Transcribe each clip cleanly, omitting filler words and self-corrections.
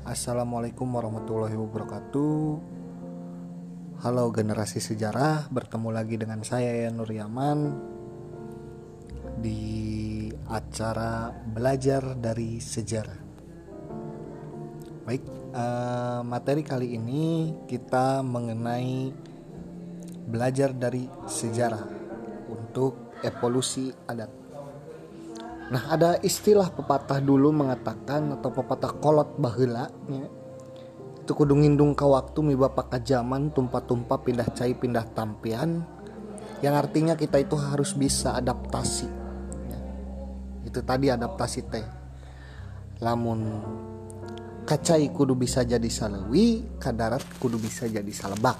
Assalamualaikum warahmatullahi wabarakatuh. Halo generasi sejarah, bertemu lagi dengan saya Nur Yaman di acara belajar dari sejarah. Baik, materi kali ini kita mengenai belajar dari sejarah untuk evolusi adat. Nah, ada istilah pepatah dulu mengatakan atau pepatah kolot baheula nya. Itu kudu ngindung ka waktu mibapa ka zaman tumpah-tumpah pindah cai pindah tampian, yang artinya kita itu harus bisa adaptasi. Ya. Itu tadi adaptasi teh. Lamun kacai kudu bisa jadi saleuwi, ka darat kudu bisa jadi salebak.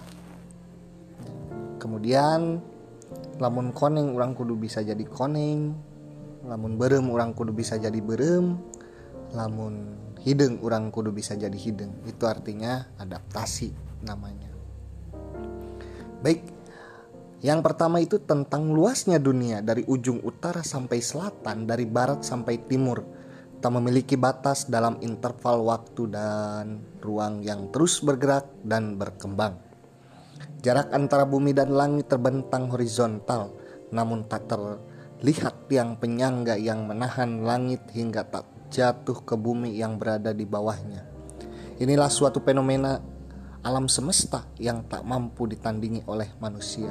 Kemudian lamun koneng urang kudu bisa jadi koneng. Lamun beureum urang kudu bisa jadi beureum, lamun hideung urang kudu bisa jadi hideung. Itu artinya adaptasi namanya. Baik, yang pertama itu tentang luasnya dunia dari ujung utara sampai selatan, dari barat sampai timur, tak memiliki batas dalam interval waktu dan ruang yang terus bergerak dan berkembang. Jarak antara bumi dan langit terbentang horizontal, namun tak terlihat tiang penyangga yang menahan langit hingga tak jatuh ke bumi yang berada di bawahnya. Inilah suatu fenomena alam semesta yang tak mampu ditandingi oleh manusia.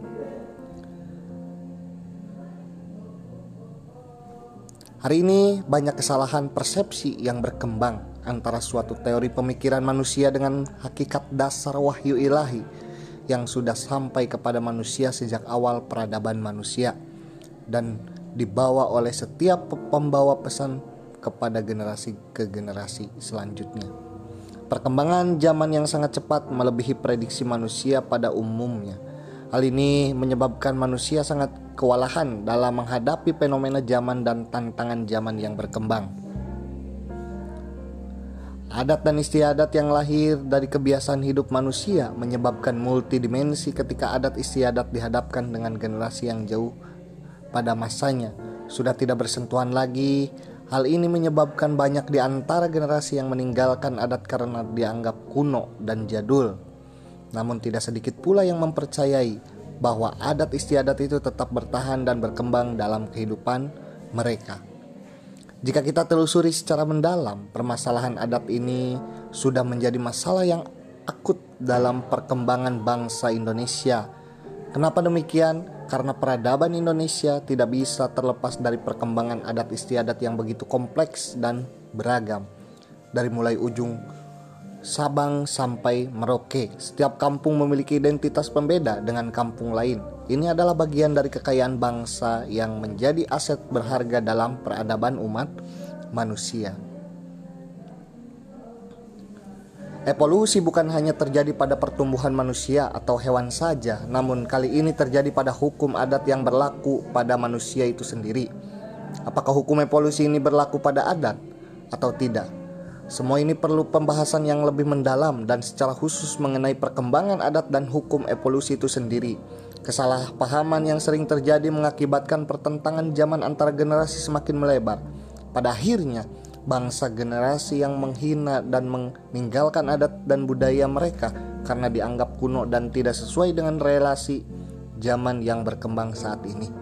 Hari ini banyak kesalahan persepsi yang berkembang antara suatu teori pemikiran manusia dengan hakikat dasar wahyu ilahi yang sudah sampai kepada manusia sejak awal peradaban manusia dan dibawa oleh setiap pembawa pesan kepada generasi ke generasi selanjutnya. Perkembangan zaman yang sangat cepat melebihi prediksi manusia pada umumnya. Hal ini menyebabkan manusia sangat kewalahan dalam menghadapi fenomena zaman dan tantangan zaman yang berkembang. Adat dan istiadat yang lahir dari kebiasaan hidup manusia menyebabkan multidimensi ketika adat istiadat dihadapkan dengan generasi yang jauh pada masanya sudah tidak bersentuhan lagi. Hal ini menyebabkan banyak di antara generasi yang meninggalkan adat karena dianggap kuno dan jadul. Namun tidak sedikit pula yang mempercayai bahwa adat istiadat itu tetap bertahan dan berkembang dalam kehidupan mereka. Jika kita telusuri secara mendalam, permasalahan adat ini sudah menjadi masalah yang akut dalam perkembangan bangsa Indonesia. Kenapa demikian? Karena peradaban Indonesia tidak bisa terlepas dari perkembangan adat istiadat yang begitu kompleks dan beragam. Dari mulai ujung Sabang sampai Merauke, setiap kampung memiliki identitas pembeda dengan kampung lain. Ini adalah bagian dari kekayaan bangsa yang menjadi aset berharga dalam peradaban umat manusia. Evolusi bukan hanya terjadi pada pertumbuhan manusia atau hewan saja, namun kali ini terjadi pada hukum adat yang berlaku pada manusia itu sendiri. Apakah hukum evolusi ini berlaku pada adat atau tidak? Semua ini perlu pembahasan yang lebih mendalam dan secara khusus mengenai perkembangan adat dan hukum evolusi itu sendiri. Kesalahpahaman yang sering terjadi mengakibatkan pertentangan zaman antara generasi semakin melebar. Pada akhirnya, bangsa generasi yang menghina dan meninggalkan adat dan budaya mereka karena dianggap kuno dan tidak sesuai dengan relasi zaman yang berkembang saat ini.